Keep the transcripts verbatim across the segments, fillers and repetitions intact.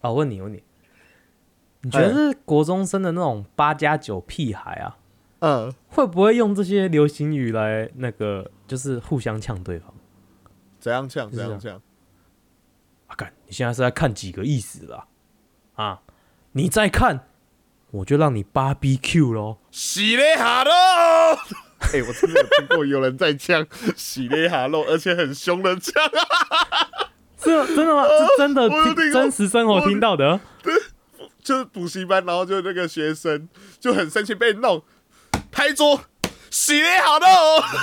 哦，问你问你，你觉得是国中生的那种八加九屁孩啊，嗯，会不会用这些流行语来那个，就是互相呛对方？ 怎样呛？怎样呛？ 啊，干！你现在是在看几个意思啦？啊，你再看，我就让你 B B Q 咯。 喜嘞哈喽！哎、欸，我真的有听过有人在呛喜嘞哈喽，而且很凶的呛。 是真的吗？是真的真实生活听到的？ 就是补习班，然后就那个学生就很生气，被弄拍桌，喜嘞哈喽！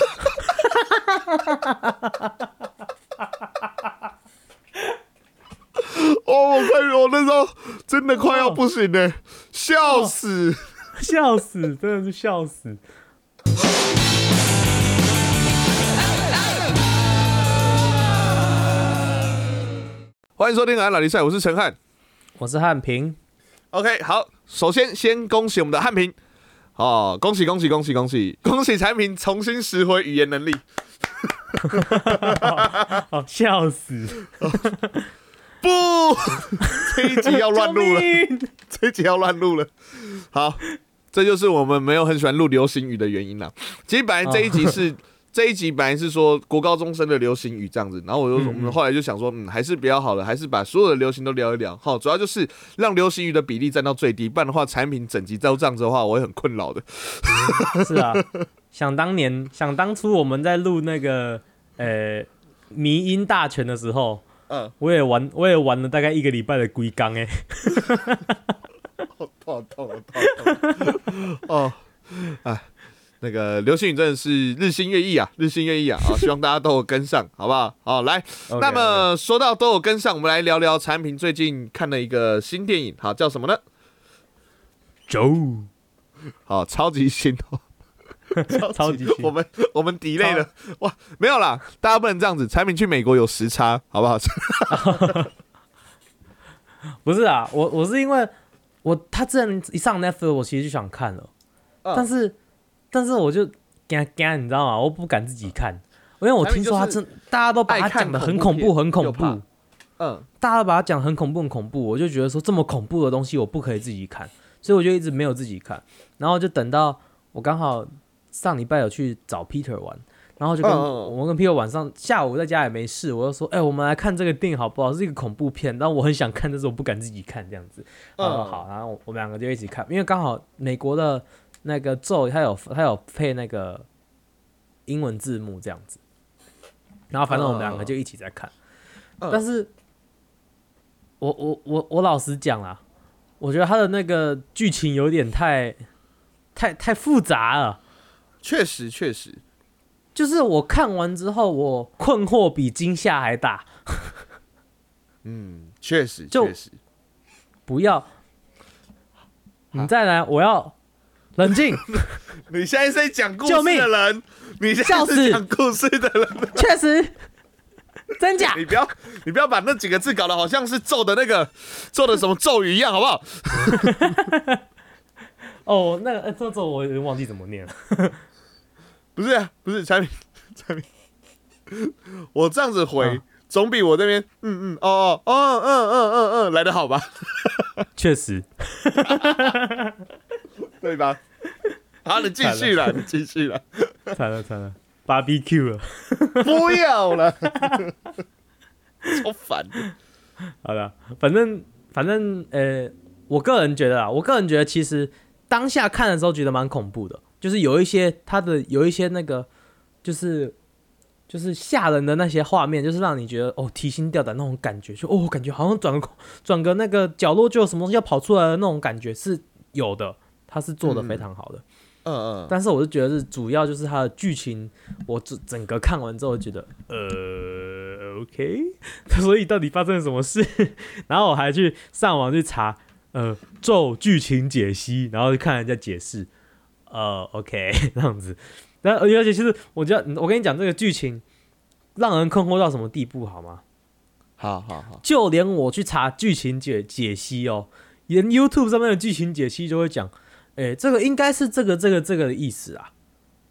哦，我快，我那时候真的快要不行了，笑死， 笑死，真的是笑死。 欢迎收听《安老力赛》，我是陈汉， 我是汉平。 OK， 好，首先先恭喜我们的汉平，哦，恭喜恭喜恭喜恭喜恭喜产品重新拾回语言能力。 好笑死！ 不，这一集要乱录了，这一集要乱录了。好，这就是我们没有很喜欢录流行语的原因啦。其实本来这一集是、哦、这一集本来是说国高中生的流行语这样子，然后我就、嗯、我们后来就想说，嗯，还是比较好了，还是把所有的流行都聊一聊。好，主要就是让流行语的比例占到最低，不然的话，产品整集都这样子的话，我会很困扰的。 是啊，想当年，想当初我们在录那个呃迷音大全的时候。嗯，我也玩，我也玩了大概一个礼拜的龟缸哎， 好痛，好痛，好痛！哦，哎，那个流行语真的是日新月异啊，日新月异啊！啊，希望大家都有跟上，好不好？好，来， okay, 那么说到都有跟上，我们来聊聊产品最近看了一个新电影，好，叫什么呢？ 走， 好，超级新哦。 超级我们我们 delay 了哇，没有啦，大家不能这样子。产品去美国有时差，好不好？ 不是啊，我我是因为我他之前一上 Netflix， 我其实就想看了，嗯、但是但是我就惊惊，你知道吗？我不敢自己看，因为我听说他真，大家都把他讲的很恐怖，很恐怖，嗯，大家都把他讲很恐怖，很恐怖，我就觉得说这么恐怖的东西我不可以自己看，所以我就一直没有自己看，然后就等到我刚好。上礼拜有去找 Peter 玩，然后就跟、oh. 我们跟 Peter 晚上下午在家也没事，我就说，哎、欸，我们来看这个电影好不好？是一个恐怖片，但我很想看，但是我不敢自己看这样子。然后好，然后我们两个就一起看，因为刚好美国的那个咒，它有它有配那个英文字幕这样子，然后反正我们两个就一起在看。Oh. 但是我我我我老实讲啦，我觉得它的那个剧情有点太太太复杂了。 确实，确实， 就是我看完之后，我困惑比惊吓还大。 嗯，确实，确实， 不要，你再来，我要冷静。 你现在是在讲故事的人，你现在是讲故事的人， 确实，真假？ 你不要，你不要把那几个字搞得好像是咒的那个咒的什么咒语一样，好不好？ 哦，那个这咒我有点忘记怎么念了。 不是啊，不是产品，产品，我这样子回，嗯、总比我这边嗯嗯哦哦哦嗯嗯嗯嗯来得好吧？ 确实， 对吧？好，你继续了，你继续了， 惨了惨了 ，B B Q 了， 不要了，超烦的。 好了，反正反正呃，我个人觉得啊，我个人觉得其实当下看的时候觉得蛮恐怖的。就是有一些他的有一些那个，就是就是吓人的那些画面，就是让你觉得哦提心吊胆那种感觉，就哦感觉好像转个转个那个角落就有什么东西要跑出来的那种感觉是有的，他是做的非常好的，嗯嗯。但是我就觉得是主要就是他的剧情，我整个看完之后觉得呃 OK， 所以到底发生了什么事？然后我还去上网去查呃咒剧情解析，然后去看人家解释。呃 ，OK， 这样子，但而且其实我觉得，我跟你讲这个剧情让人困惑到什么地步，好吗？ 好好好， 就连我去查剧情解解析哦，连 YouTube 上面的剧情解析就会讲，哎，这个应该是这个这个这个的意思啊。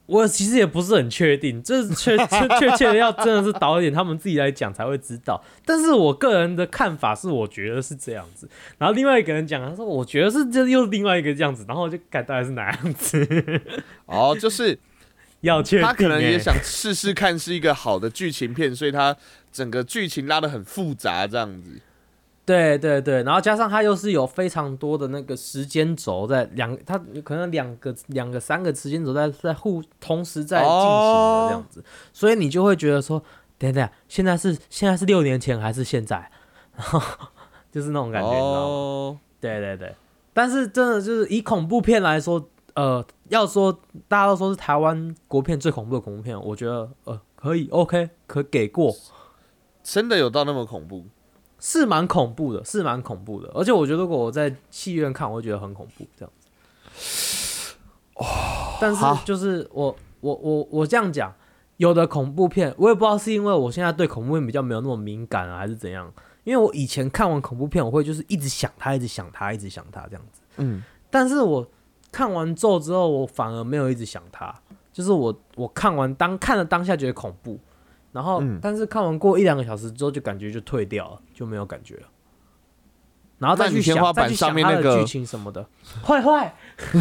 我其实也不是很确定，这确确确切的要真的是导演他们自己来讲才会知道。但是我个人的看法是，我觉得是这样子。然后另外一个人讲，他说我觉得是这又另外一个这样子，然后我就看到底是哪样子。 哦，就是要确定、欸， 他可能也想试试看是一个好的剧情片，所以他整个剧情拉得很复杂这样子。 对对对，然后加上它又是有非常多的那个时间轴在两，它可能两个两个三个时间轴在在互同时在进行的这样子， oh. 所以你就会觉得说，等等，现在是现在是六年前还是现在？然后就是那种感觉， oh. 你知道吗？对对对，但是真的就是以恐怖片来说，呃，要说大家都说是台湾国片最恐怖的恐怖片，我觉得呃可以 OK 可给过， 真的有到那么恐怖？ 是蛮恐怖的，是蛮恐怖的，而且我觉得如果我在戏院看，我会觉得很恐怖这样子。哦，但是就是我我我我这样讲，有的恐怖片我也不知道是因为我现在对恐怖片比较没有那么敏感啊，还是怎样？因为我以前看完恐怖片，我会就是一直想它，一直想它，一直想它这样子。嗯，但是我看完咒之后，我反而没有一直想它，就是我我看完当看了当下觉得恐怖。然后、嗯，但是看完过一两个小时之后，就感觉就退掉了，就没有感觉了。然后再去想， 天花板上面那个剧情什么的，坏坏，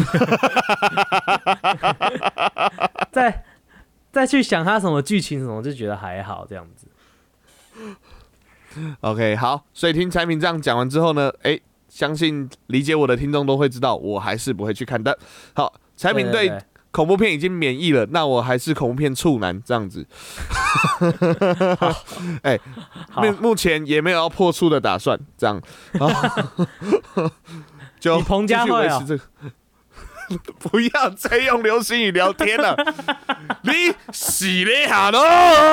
再再去想他什么剧情什么，就觉得还好这样子。 OK， 好，所以听产品这样讲完之后呢，哎，相信理解我的听众都会知道，我还是不会去看的。好，产品对。对对对，恐怖片已经免疫了，那我还是恐怖片处男这样子。哎、欸，目前也没有要破处的打算，这样。就你彭佳慧啊？ 不要再用流行语聊天了，你洗了下喽！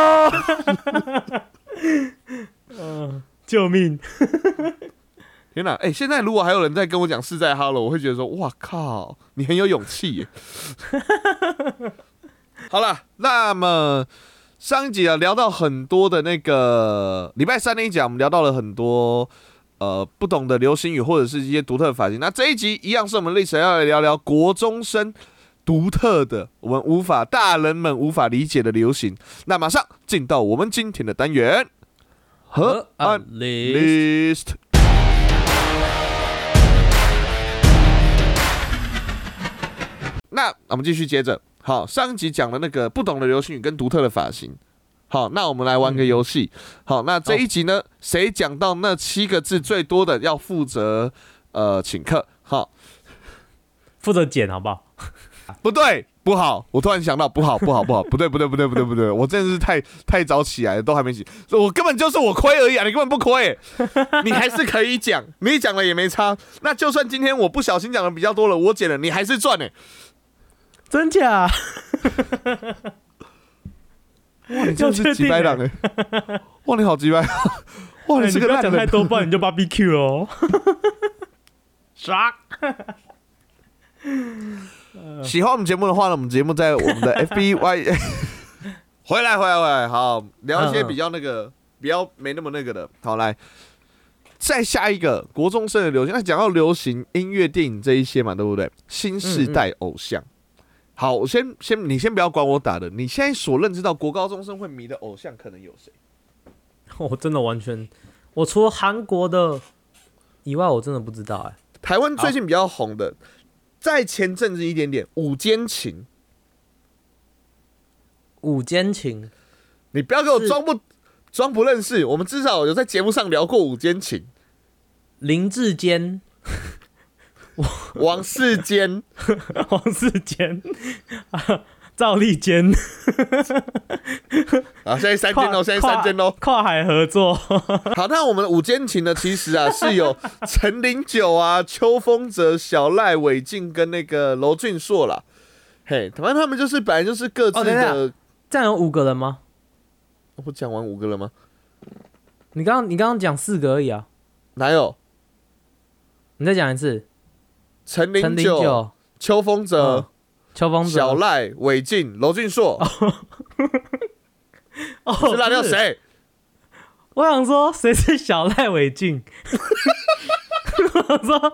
嗯，救命！ 天哪！哎、欸，现在如果还有人在跟我讲是在哈喽，我会觉得说，哇靠，你很有勇气耶。好了，那么上一集啊聊到很多的那个礼拜三那一集，我们聊到了很多呃不懂的流行语或者是一些独特的发型。那这一集一样是我们历史要来聊聊国中生独特的我们无法大人们无法理解的流行。那马上进到我们今天的单元河岸 list。那我们继续接着，好，上一集讲了那个不懂的流行语跟独特的发型，好，那我们来玩个游戏，好，那这一集呢，谁讲到那七个字最多的要负责呃请客，好， 负责剪好不好？ 不对，不好，我突然想到，不好，不好，不好，不对，不对，不对，不对，不对，我真的是太太早起来了，都还没起，我根本就是我亏而已啊，你根本不亏，你还是可以讲，你讲了也没差，那就算今天我不小心讲的比较多了，我剪了，你还是赚哎。 真假？ 哇，你真是几百档哎！哇，你好几百！哇，你这个不要讲太多，不然你就 B B Q 哦。刷！ 喜欢我们节目的话呢，我们节目在我们的 F B Y 回来，回来，回来，好，聊一些比较那个、比较没那么那个的。好，来，再下一个国中生的流行。那讲到流行音乐、电影这一些嘛，对不对？新世代偶像。嗯嗯好，我先先你先不要管我打的，你现在所认知到国高中生会迷的偶像可能有谁？ 我真的完全，我除了韩国的以外，我真的不知道哎、欸。 台湾最近比较红的，在前阵子一点点，五间情。 五间情， 你不要给我装不装不认识，我们至少有在节目上聊过五间情。林志坚。 王世坚， 王世坚，赵立坚， 好，现在三间喽，现在三间喽， 跨海合作。 好，那我们的五间情呢？其实啊是有陈零九啊、邱锋泽、小赖、韦静跟那个娄俊硕啦。嘿，反正他们就是本来就是各自的。 哦、这样有五个人吗？ 我讲完五个了吗？ 你刚刚你刚刚讲四个而已啊？ 哪有？ 你再讲一次。 陈零九、邱锋泽、 邱锋泽、 小赖、韦静、娄俊硕。 哦， 是拉掉谁？ 我想说谁是小赖韦静？我想说，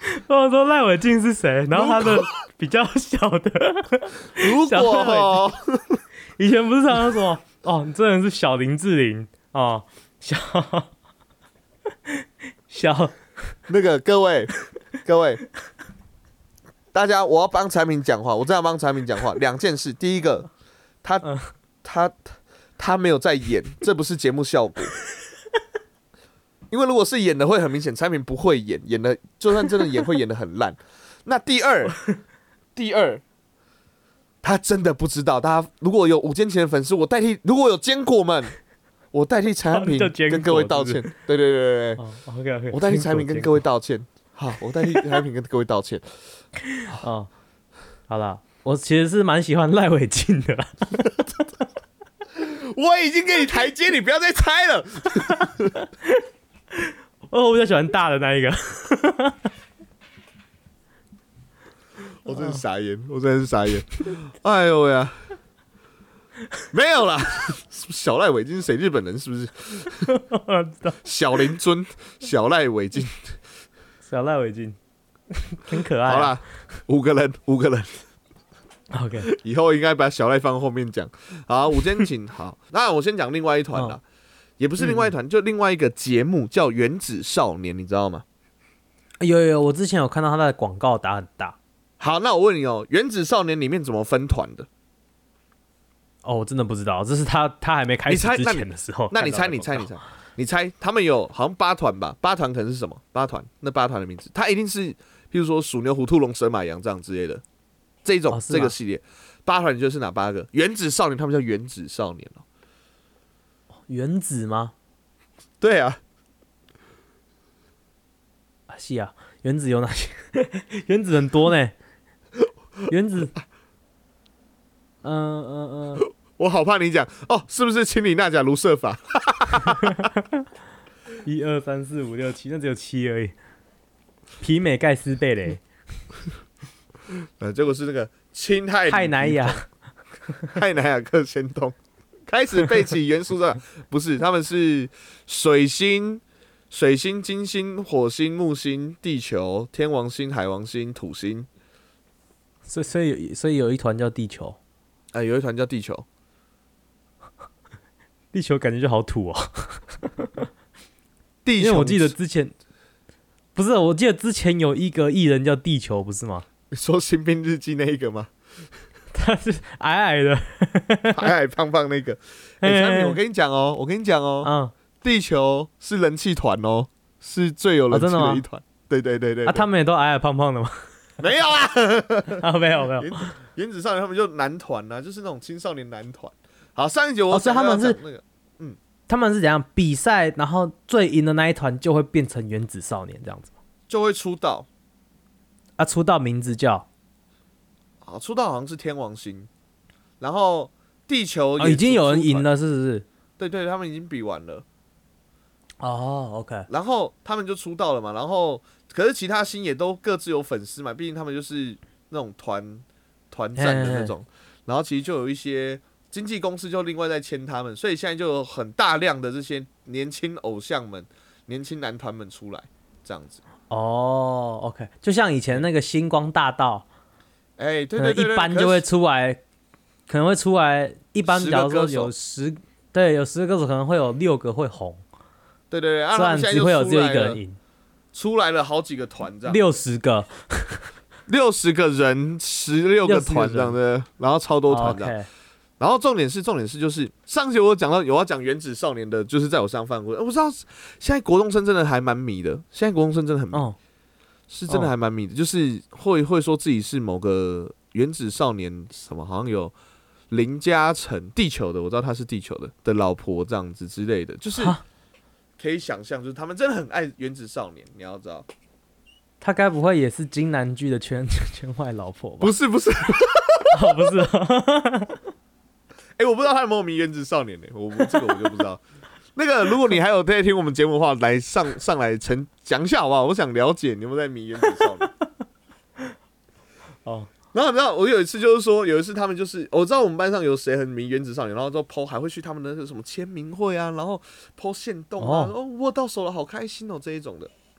我说赖伟晋是谁？然后他的比较小的， 如果以前不是常常说哦，你这人是小林志玲哦，小小那个各位各位，大家我要帮产品讲话，我真的要帮产品讲话。两件事，第一个，他、嗯、他他没有在演，这不是节目效果。因为如果是演的会很明显，产品不会演，演的就算真的演会演的很烂。那第二，第二，他真的不知道。大家如果有五间前的粉丝，我代替，如果有坚果们，我代替产品跟各位道歉。对对对对对、哦、 ，OK OK， 我代替产品跟各位道歉。好，我代替产品跟各位道歉。 哦，好啦，我其实是蛮喜欢赖伟晋的啦。 我已经给你台阶，你不要再猜了。 哦，我比较喜欢大的那一个。 我真是傻眼，我真的是傻眼。哎呦呀，没有啦，小赖伟晋是谁？日本人是不是？小林尊，小赖伟晋， 小赖伟晋，很可爱、啊。 好啦，五个人，五个人。 OK， 以后应该把小赖放后面讲。好，午间情。好，那我先讲另外一团啦。哦，也不是另外一团，嗯，就另外一个节目叫《原子少年》，你知道吗？ 有有有，我之前有看到他的广告打很大。 好，那我问你哦，《原子少年》里面怎么分团的？ 哦，我真的不知道，这是他他还没开始之前的时候。 那你猜，你猜，你猜，你猜，他们有好像八团吧？八团可能是什么？八团，那八团的名字，他一定是，譬如说鼠牛虎兔龙蛇马羊这样之类的这一种，哦，这个系列。八团你觉得是哪八个？原子少年，他们叫原子少年哦。 原子吗？ 对啊， 啊是啊，原子有哪些？原子很多呢。原子，嗯嗯嗯， 我好怕你讲哦，是不是氢锂钠钾卢瑟法？ 一二三四五六七，那只有七而已。皮美盖斯贝雷， 呃，结果是那个氢氦氦氖氩氦氖氩氪氙氡。开始背起元素的不是，他们是水星、水星、金星、火星、木星、地球、天王星、海王星、土星。 所以所以所以有一团叫地球， 哎、欸，有一团叫地球。 地球感觉就好土哦。 地球， 因为我记得之前不是，我记得之前有一个艺人叫地球，不是吗？ 你说《新兵日记》那一个吗？ 他是矮矮的， 矮矮胖胖那个。哎、欸，产品，我跟你讲哦，我跟你讲哦，嗯，地球是人气团哦，是最有人气的一团。哦，对对对 对, 对。 啊，他们也都矮矮胖胖的吗？ 没有啊， 啊没有没有。 原, 原子少年他们就男团呐，就是那种青少年男团。好，上一集我哦，所以他们是那个，嗯， 他们是怎样比赛，然后最赢的那一团就会变成原子少年这样子吗？ 就会出道。 啊，出道名字叫。 好，出道好像是天王星，然后地球也、 哦、已经有人赢了，是不是？ 对对，他们已经比完了。 哦 ，OK。 然后他们就出道了嘛，然后可是其他星也都各自有粉丝嘛，毕竟他们就是那种团团战的那种。然后其实就有一些经纪公司就另外在签他们，所以现在就有很大量的这些年轻偶像们、年轻男团们出来，这样子。 哦 ，OK， 就像以前那个星光大道。 哎、欸，对对 对, 对， 一般就会出来，可能会出来。一般假如说有十，对，有十个歌手，可能会有六个会红。 对对对，啊、 虽然只会有只有一个人赢， 出来了好几个团这样， 六十个， 六十个人，十六个团这样的，然后超多团这样。Oh, okay. 然后重点是，重点是就是上集我讲到有要讲原子少年的，就是在我上饭过，我不知道现在国中生真的还蛮迷的，现在国中生真的很迷。Oh.是真的还蛮迷的， oh. 就是会会说自己是某个原子少年什么，好像有林嘉诚地球的，我知道他是地球的的老婆这样子之类的，就是可以想象，就是他们真的很爱原子少年，你要知道。 他该不会也是金南剧的圈圈外老婆吧？ 不是不是， 哦不是、哦， 哎、欸，我不知道他有没有迷原子少年呢、欸，我这个我就不知道。那个，如果你还有在听我们节目的话，来上上来陈讲一下好不好？我想了解你有没有在迷原子少年。哦，然后你知道，我有一次就是说，有一次他们就是，我知道我们班上有谁很迷原子少年，然后之后 po 还会去他们的那个什么签名会啊，然后 po 限动啊，哦，握到手了，好开心哦，这一种的。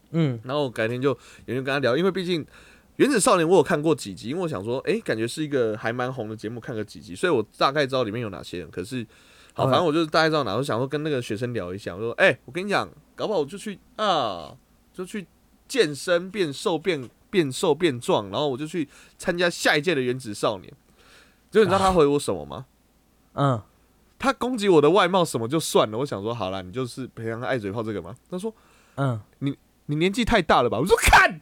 嗯， 然后改天就有人跟他聊，因为毕竟《原子少年》我有看过几集，因为我想说，哎，感觉是一个还蛮红的节目，看个几集，所以我大概知道里面有哪些人。可是，好，反正我就是大概知道哪，我想说跟那个学生聊一下，我说，哎，我跟你讲，搞不好我就去啊，就去健身变瘦变变瘦变壮，然后我就去参加下一届的《原子少年》。结果你知道他回我什么吗？ 嗯， 他攻击我的外貌什么就算了，我想说好啦，你就是培养爱嘴炮这个吗？他说， 嗯， 你你年纪太大了吧？我说看，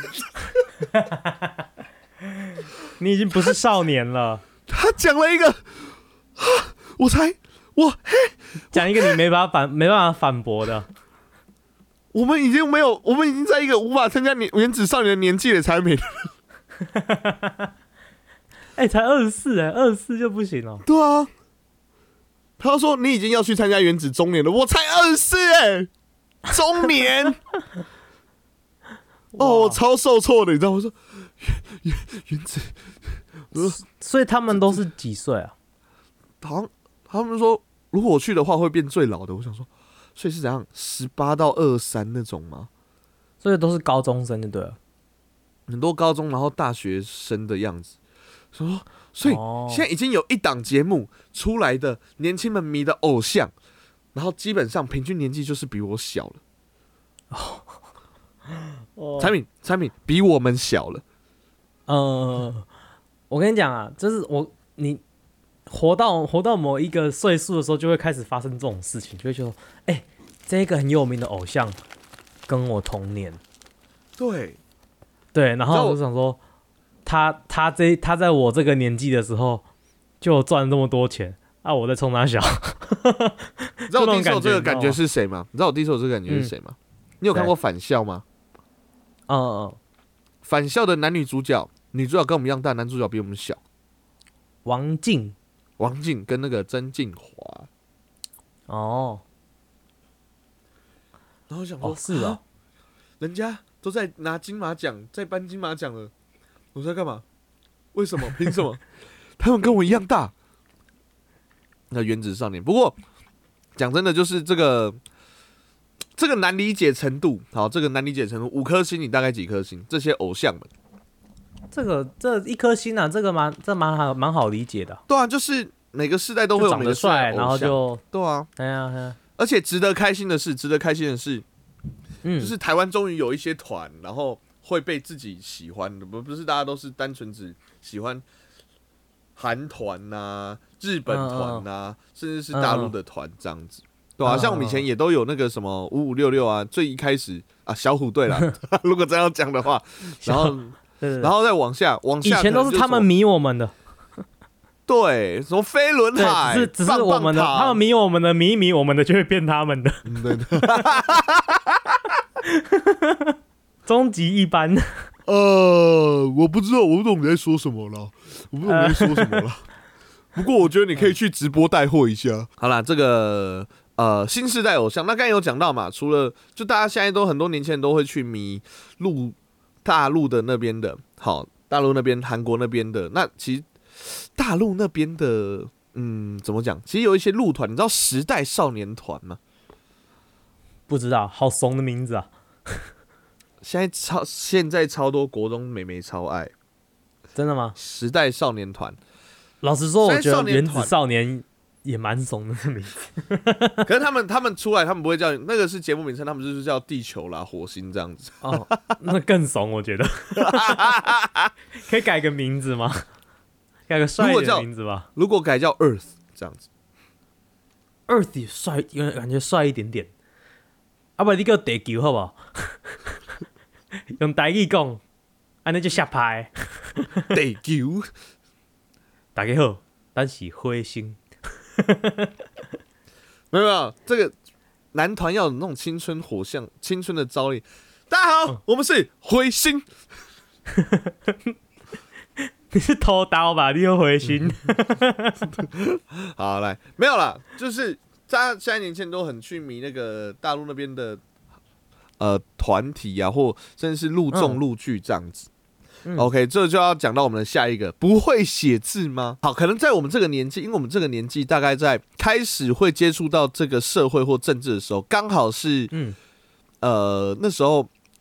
你已经不是少年了。 他讲了一个，我才我讲一个你没办法反没办法反驳的。 我们已经没有，我们已经在一个无法参加原子少年的年纪了，才没。 哎、欸，才二十四哎，二十四就不行了。 对啊，他说你已经要去参加原子中年了，我才二十四哎，中年。哦，我超受挫的，你知道？我说原原子， 所以他们都是几岁啊？ 好像他们说，如果我去的话会变最老的。我想说，所以是怎样？十八到二三那种吗？ 所以都是高中生就对了， 很多高中然后大学生的样子。说，所以现在已经有一档节目出来的年轻们迷的偶像，然后基本上平均年纪就是比我小了。哦，产品产品比我们小了。 呃，我跟你讲啊，就是我你活到活到某一个岁数的时候，就会开始发生这种事情，就会觉得，哎、欸，这个很有名的偶像跟我同年。 对对，然后我就想说。他他这他在我这个年纪的时候就赚了这么多钱啊！我在冲他小， 你知道我第一次有这个感觉是谁吗？你知道我第一次有这个感觉是谁吗？嗯、你有看过《返校》吗？ 嗯嗯，《 返校》的男女主角，女主角跟我们一样大，男主角比我们小。 王静， 王静跟那个曾静华。 哦， 然后想说， 哦是哦， 人家都在拿金马奖，在颁金马奖了。我在干嘛？为什么？凭什么？他们跟我一样大。那原子少年，不过讲真的，就是这个这个难理解程度，好，这个难理解程度，五颗星，你大概几颗星？这些偶像们， 这个这一颗星啊，这个蛮这蛮好蛮好理解的。 对啊，就是每个世代都会有每个世代的偶像， 然后就对啊， 哎呀哎呀， 而且值得开心的是，值得开心的是， 嗯， 就是台湾终于有一些团，然后。会被自己喜欢的，不不是大家都是单纯只喜欢韩团呐、日本团呐、啊， uh, 甚至是大陆的团这样子， uh, 对啊， uh, 像我们以前也都有那个什么五五六六啊，最一开始啊小虎队啦，如果这样讲的话，然后然后再往下往下， 以前都是他们迷我们的， 对，什么飞轮海， 只是只是我们的，他们迷我们的，迷一迷我们的就会变他们的， 对对。 终极一班， 呃，我不知道，我不懂你在说什么了，我不懂你在说什么了。不过我觉得你可以去直播带货一下。好啦，这个呃新世代偶像，那刚才有讲到嘛，除了就大家现在都很多年轻人都会去迷陆大陆的那边的，好，大陆那边、韩国那边的，那其实大陆那边的，嗯，怎么讲？其实有一些陆团，你知道时代少年团吗？ 不知道，好怂的名字啊！ 现在超现在超多国中妹妹超爱， 真的吗？ 时代少年团， 老实说，我觉得原子少年也蛮怂的名字。 可是他们他们出来，他们不会叫那个是节目名称，他们就是叫地球啦、火星这样子。 哦，那更怂，我觉得。可以改个名字吗？改个帅一点的名字吧。 如果改叫 Earth 这样子 ，Earth 帅，感觉帅一点点。啊不，你叫地球好不好？用台语讲，安尼就下拍。 地球， 大家好，咱是火星。 没有没有，这个男团要有那种青春火象、青春的朝力。大家好，嗯、我们是火星。 你是偷刀吧？你有火星？ 好，来，没有啦，就是大家现在年轻人都很去迷那个大陆那边的。呃，团体啊，或甚至是录综录剧这样子、嗯、，OK， 这就要讲到我们的下一个，不会写字吗？好，可能在我们这个年纪，因为我们这个年纪大概在开始会接触到这个社会或政治的时候，刚好是，嗯，呃，那时候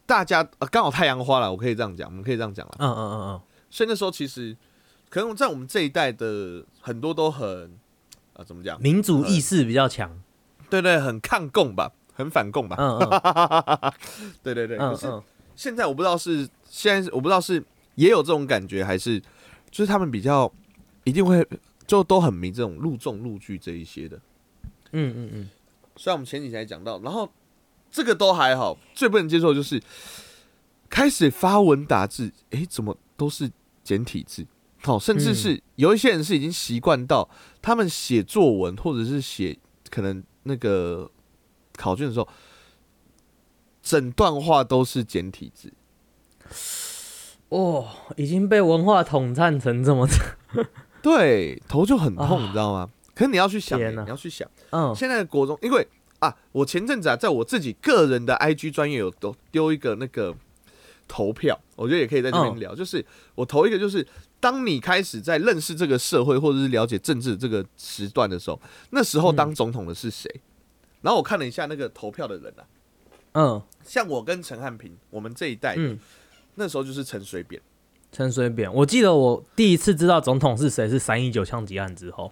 大家刚、呃、好太阳花了，我可以这样讲，我们可以这样讲了。 嗯嗯嗯嗯。 所以那时候其实可能在我们这一代的很多都很呃怎么讲， 民主意识比较强， 对对，很抗共吧，很反共吧。 嗯嗯。 对对对。 嗯嗯。 可是现在我不知道是现在我不知道是也有这种感觉，还是就是他们比较一定会就都很迷这种路众路剧这一些的。 嗯嗯嗯。 虽然我们前几集才讲到，然后这个都还好，最不能接受的就是开始发文打字，哎，怎么都是简体字？好，甚至是有一些人是已经习惯到他们写作文或者是写可能那个考卷的时候，整段话都是简体字。 哦，已经被文化统战成这么对，头就很痛，你知道吗？可是你要去想、欸，你要去想， 嗯， 现在的国中，因为啊，我前阵子啊，在我自己个人的 I G 专页有丢一个那个投票，我觉得也可以在这边聊，嗯、就是我投一个，就是当你开始在认识这个社会或者是了解政治这个时段的时候，那时候当总统的是谁？嗯、然后我看了一下那个投票的人啊， 嗯， 像我跟陈汉平，我们这一代的，嗯、那时候就是陈水扁。 陈水扁，我记得我第一次知道总统是谁是三一九枪击案之后。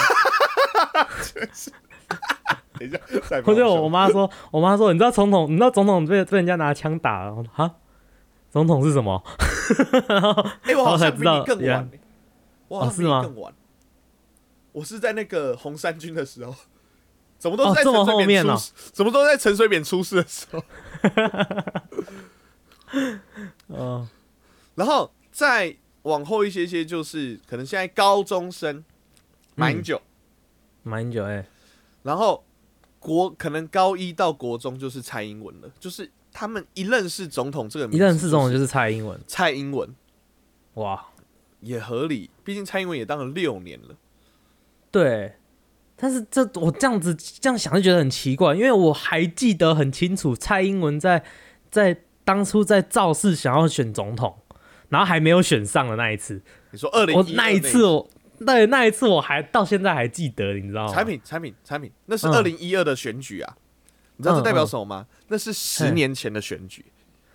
等一下， 或者我妈说，我妈说，你知道总统，你知道总统被被人家拿枪打了哈？总统是什么？ 哎、欸，我好像比你更晚、欸，我好像比你更晚、 哦。 我是在那个红三军的时候，怎么都是在陈水扁出事、 哦哦、 怎么都在陈水扁出事的时候。 哦， 然后再往后一些些，就是可能现在高中生马英九， 马英九哎， 然后国可能高一到国中就是蔡英文了，就是他们一认识总统这个名字、就是， 一认识总统就是蔡英文， 蔡英文， 哇， 也合理，毕竟蔡英文也当了六年了。 对，但是这我这样子这样想就觉得很奇怪，因为我还记得很清楚，蔡英文在在当初在造势想要选总统。然后还没有选上的那一次， 你说二零一那一次我对那一次我还到现在还记得，你知道吗？ 产品产品产品，那是二零一二的选举啊，嗯、你知道这代表什么吗？嗯嗯、那是十年前的选举，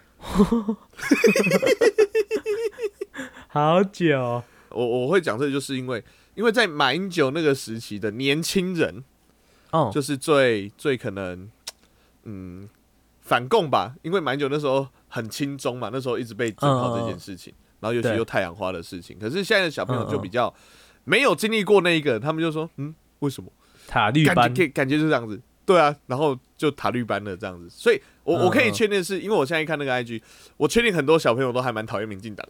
好久、哦。 我我会讲这个，就是因为因为在马英九那个时期的年轻人，哦，就是最最可能嗯反共吧，因为马英九那时候。很亲中嘛，那时候一直被检讨这件事情，嗯嗯嗯然后尤其又太阳花的事情。可是现在的小朋友就比较没有经历过那一个，他们就说，嗯，为什么塔绿班？ 感觉感觉就是这样子，对啊，然后就塔绿班了这样子。所以我，我我可以确定是因为我现在看那个 I G， 我确定很多小朋友都还蛮讨厌民进党。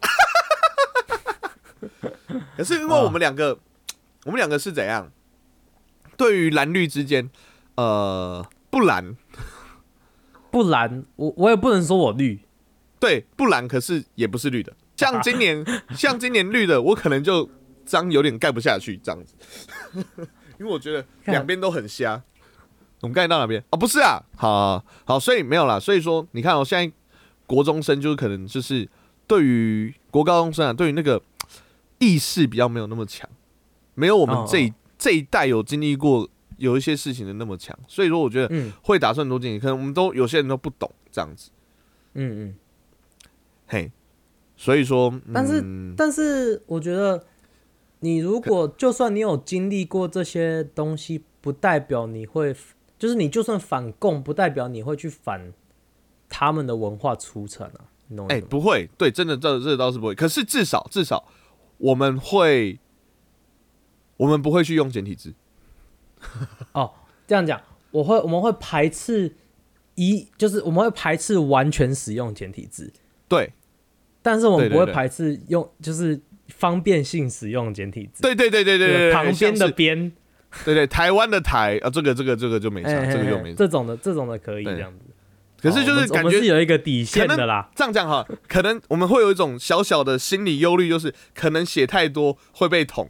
可是因为我们两个，我们两个是怎样？对于蓝绿之间，呃，不蓝， 不蓝，我我也不能说我绿。 对，不蓝，可是也不是绿的。像今年，像今年绿的，我可能就脏有点盖不下去这样子，因为我觉得两边都很瞎。我们盖到哪边？哦，不是啊，好好好，所以没有啦。所以说，你看哦，现在国中生就是可能就是对于国高中生啊，对于那个意识比较没有那么强，没有我们这一、哦、这一代有经历过有一些事情的那么强。所以说，我觉得会打算很多建议，可能我们都有些人都不懂这样子。嗯嗯。嘿，所以说，嗯、 但是但是我觉得，你如果就算你有经历过这些东西，不代表你会，就是你就算反共，不代表你会去反他们的文化出程啊，你懂吗？ 哎、欸，不会，对，真的这这倒是不会。可是至少至少我们会，我们不会去用简体字。 哦，这样讲，我会我们会排斥一，就是我们会排斥完全使用简体字。 对。 但是我们不会排斥用，就是方便性使用简体字。 对对对对对 对, 对， 旁边的边， 对对，台湾的台啊，这个这个这个就没差，欸、这个就没差。 这种的这种的可以这样子。 可是就是感觉是有一个底线的啦。 这样讲哈，可能我们会有一种小小的心理忧虑，就是可能写太多会被捅。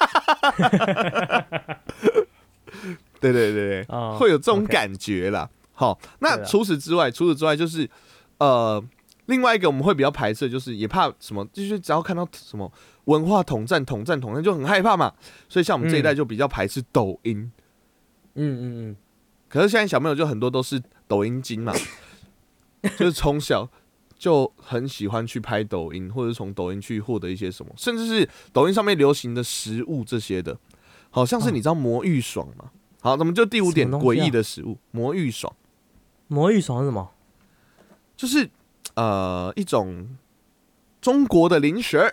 对对对对，哦、会有这种感觉啦。好、okay ，那除此之外，除此之外就是呃。另外一个我们会比较排斥，就是也怕什么，就是只要看到什么文化统战、统战、统战，就很害怕嘛。所以像我们这一代就比较排斥抖音。嗯嗯嗯。可是现在小朋友就很多都是抖音精嘛，就是从小就很喜欢去拍抖音，或者从抖音去获得一些什么，甚至是抖音上面流行的食物这些的，好像是你知道魔芋爽吗？好，那么就第五点，诡异的食物，魔芋爽。 魔芋爽是什么？ 就是呃一种中国的零食。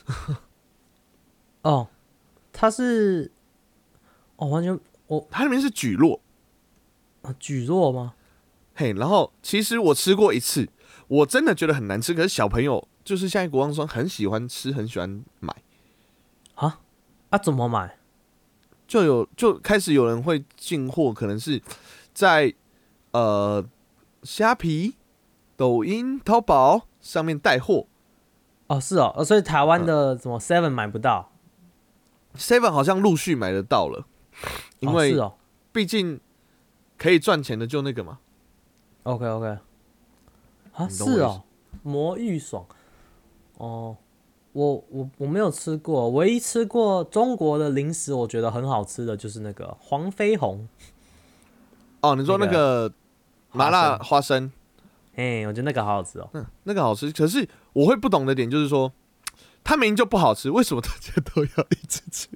哦，它是，哦，完全我它里面是蒟蒻， 啊，蒟蒻吗？ 嘿，然后其实我吃过一次，我真的觉得很难吃，可是小朋友就是现在国王说很喜欢吃，很喜欢买。 啊啊，怎么买？ 就有就开始有人会进货，可能是在呃虾皮、抖音、淘宝上面带货。 哦，是哦，所以台湾的什么 Seven 买不到 ，Seven 好像陆续买得到了，因为是哦， 毕竟可以赚钱的就那个嘛。 OK OK， 啊是哦，魔芋爽，哦。我我我没有吃过，唯一吃过中国的零食，我觉得很好吃的就是那个黄飞鸿。 哦，你说那个麻辣花生？ 哎，我觉得那个好好吃哦。 嗯，那个好吃。可是我会不懂的点就是说，它明明就不好吃，为什么大家都要一直吃？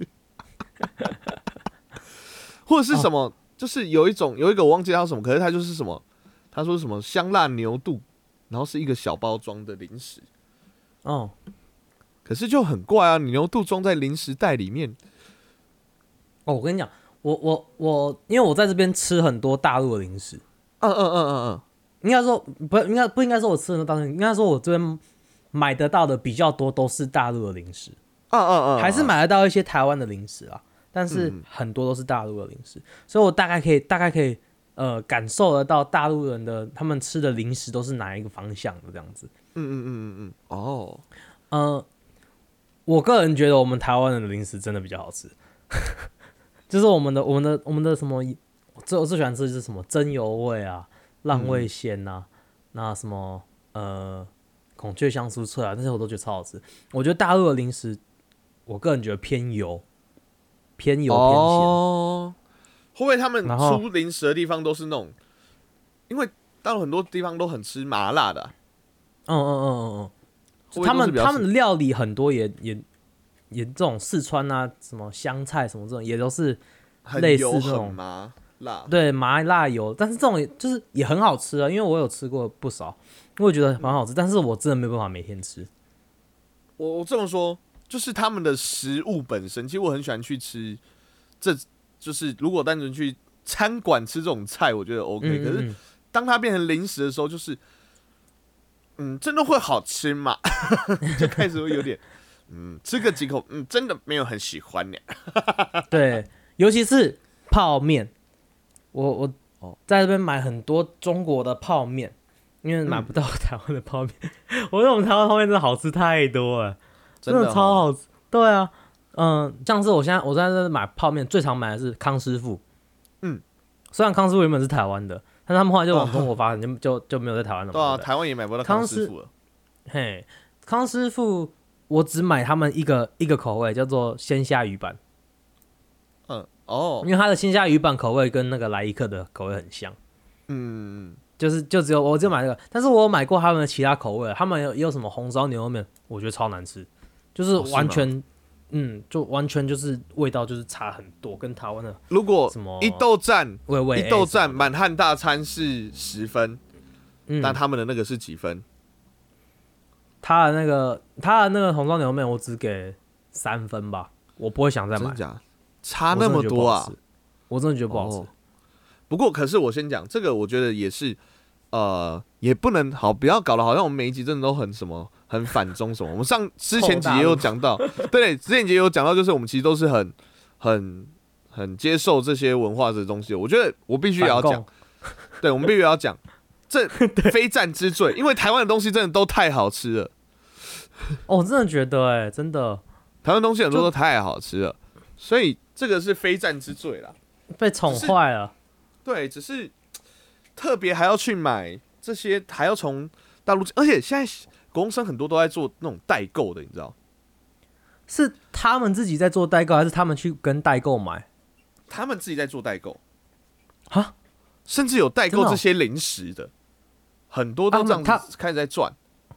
或者是什么？哦、就是有一种有一个我忘记它什么，可是它就是什么？他说什么香辣牛肚，然后是一个小包装的零食。哦。可是就很怪啊，你牛肚装在零食袋里面。 哦，我跟你讲，我我我，因为我在这边吃很多大陆的零食。 嗯嗯嗯嗯嗯， 应该说不应该不应该说我吃很多大陆，应该说我这边买得到的比较多都是大陆的零食。 嗯嗯嗯， 还是买得到一些台湾的零食啊，但是很多都是大陆的零食，所以我大概可以大概可以呃感受得到大陆人的他们吃的零食都是哪一个方向的这样子。 嗯嗯嗯嗯嗯，哦， 呃。我个人觉得我们台湾人的零食真的比较好吃，就是我们的我们的我们的什么，最我最喜欢吃的是什么蒸油味啊、浪味仙啊，嗯、那什么呃孔雀香酥脆啊，那些我都觉得超好吃。我觉得大陆的零食，我个人觉得偏油，偏油偏咸。哦， 会不会他们出零食的地方都是那种？因为大陆很多地方都很吃麻辣的、啊。 嗯嗯嗯嗯嗯。他们他们的料理很多也也也这种四川啊什么香菜什么这种也都是类似那种麻辣， 对麻辣油，但是这种就是也很好吃啊，因为我有吃过不少，我也觉得蛮好吃，但是我真的没有办法每天吃。 我我这么说，就是他们的食物本身，其实我很喜欢去吃，这就是如果单纯去餐馆吃这种菜，我觉得 OK，、嗯、可是当它变成零食的时候，就是。嗯，真的会好吃吗？就开始会有点，嗯，吃个几口，嗯，真的没有很喜欢呢。 对，尤其是泡面，我我在这边买很多中国的泡面，因为买不到台湾的泡面。嗯、我觉得我们台湾泡面真的好吃太多了，真的超好吃。对啊，嗯，像是我现在我在这买泡面，最常买的是康师傅。嗯，虽然康师傅原本是台湾的。但他们后来就往中国发展，就就就没有在台湾了。 对啊，台湾也买不到康师傅了。 嘿，康师傅，我只买他们一个一个口味，叫做鲜虾鱼板。嗯，哦，因为它的鲜虾鱼板口味跟那个来一克的口味很像。嗯，就是就只有我就买那个，但是我有买过他们的其他口味，他们有也有什么红烧牛肉面，我觉得超难吃，就是完全。哦嗯，就完全就是味道就是差很多，跟台湾的如果什么一豆站喂喂一豆站满汉大餐是十分，嗯，但他们的那个是几分？ 他的那个他的那个红烧牛肉面我只给三分吧，我不会想再买。 真假？差那么多啊！ 我真的觉得不好吃。哦、 不过，可是我先讲这个，我觉得也是，呃，也不能好，不要搞得好像我们每一集真的都很什么。很反中什么？我们上之前集也有讲到，对，之前集也有讲到，就是我们其实都是很、很、很接受这些文化的东西。我觉得我必须也要讲，对，我们必须要讲，这非战之罪，因为台湾的东西真的都太好吃了。 哦，我真的觉得、欸，哎，真的， 台湾东西很多都太好吃了，所以这个是非战之罪啦， 被宠坏了。 对，只是特别还要去买这些，还要从大陆，而且现在。国中生很多都在做那种代购的，你知道？ 是他们自己在做代购，还是他们去跟代购买？ 他们自己在做代购， 哈， 甚至有代购这些零食的，哦、很多都这样子开始在赚、啊。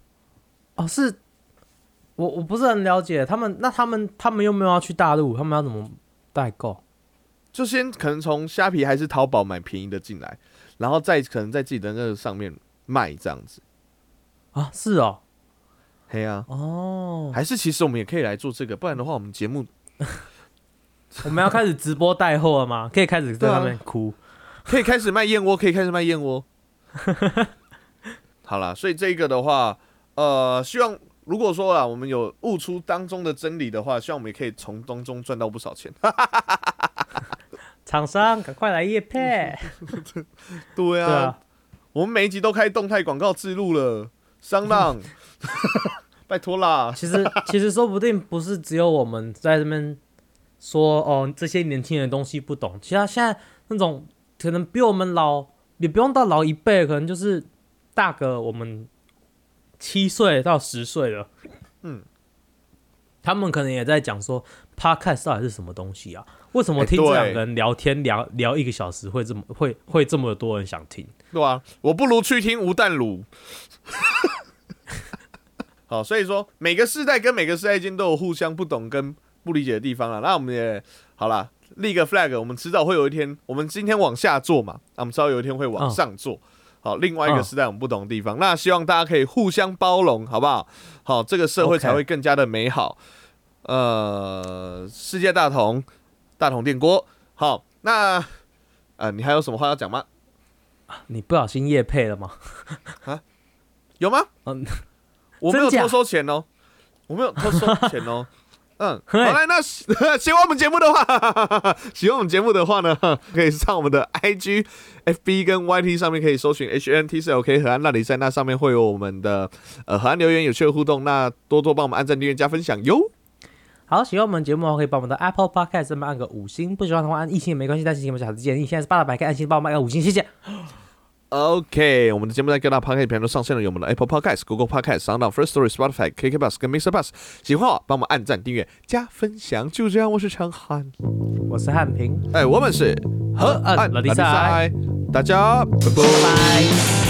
哦，是我我不是很了解他们，那他们他们又没有要去大陆，他们要怎么代购？ 就先可能从虾皮还是淘宝买便宜的进来，然后再可能在自己的那个上面卖这样子啊？是哦， 嘿啊， 哦， 还是其实我们也可以来做这个，不然的话我们节目我们要开始直播带货了吗？可以开始在上面哭， 可以开始卖燕窝，可以开始卖燕窝。好啦，所以这个的话，呃，希望如果说啦，我们有悟出当中的真理的话，希望我们也可以从当中赚到不少钱。 厂商赶快来业配。 对啊，对啊，我们每一集都开动态广告植入了，商浪，拜托啦。 其实其实说不定不是只有我们在这边说哦，这些年轻人的东西不懂，其他现在那种可能比我们老，也不用到老一辈，可能就是大个我们七岁到十岁了，嗯，他们可能也在讲说 ，Podcast 到底是什么东西啊？为什么听这两个人聊天聊聊一个小时会这么会会这么多人想听？ 对啊，我不如去听吴淡如。好，所以说每个世代跟每个世代间都有互相不懂跟不理解的地方啦。那我们也好啦，立个 flag， 我们迟早会有一天，我们今天往下做嘛，那我们迟早有一天会往上做。嗯、好，另外一个世代我们不懂的地方，嗯、那希望大家可以互相包容，好不好？好，这个社会才会更加的美好。Okay. 呃，世界大同。大同电锅，好，那呃，你还有什么话要讲吗？ 你不小心业配了吗？ 啊，有吗？嗯，我没有偷收钱哦，我没有偷收钱哦。嗯，好来，那喜欢我们节目的话，喜欢我们节目的话呢，可以上我们的 I G、F B 跟 Y T 上面可以搜寻 H N T C L K 河岸那里在，那上面会有我们的呃河岸留言有趣的互动，那多多帮我们按赞、订阅、加分享哟。 好，喜欢我们节目的话，可以帮我们的 Apple Podcast 上面按个五星；不喜欢的话，按一星也没关系。但是请我们小孩子建议，现在是八大百，可以按星帮我们按个五星，谢谢。 OK， 我们的节目在各大 Podcast 平台都上线了，有我们的 Apple Podcast、Google Podcast、SoundOn、First Story、Spotify、K K Bus 跟 Mixer Bus。喜欢我，帮我们按赞、订阅、加分享。就这样，我是长汉， 我是汉平， 哎，我们是河岸老弟赛， 大家拜拜。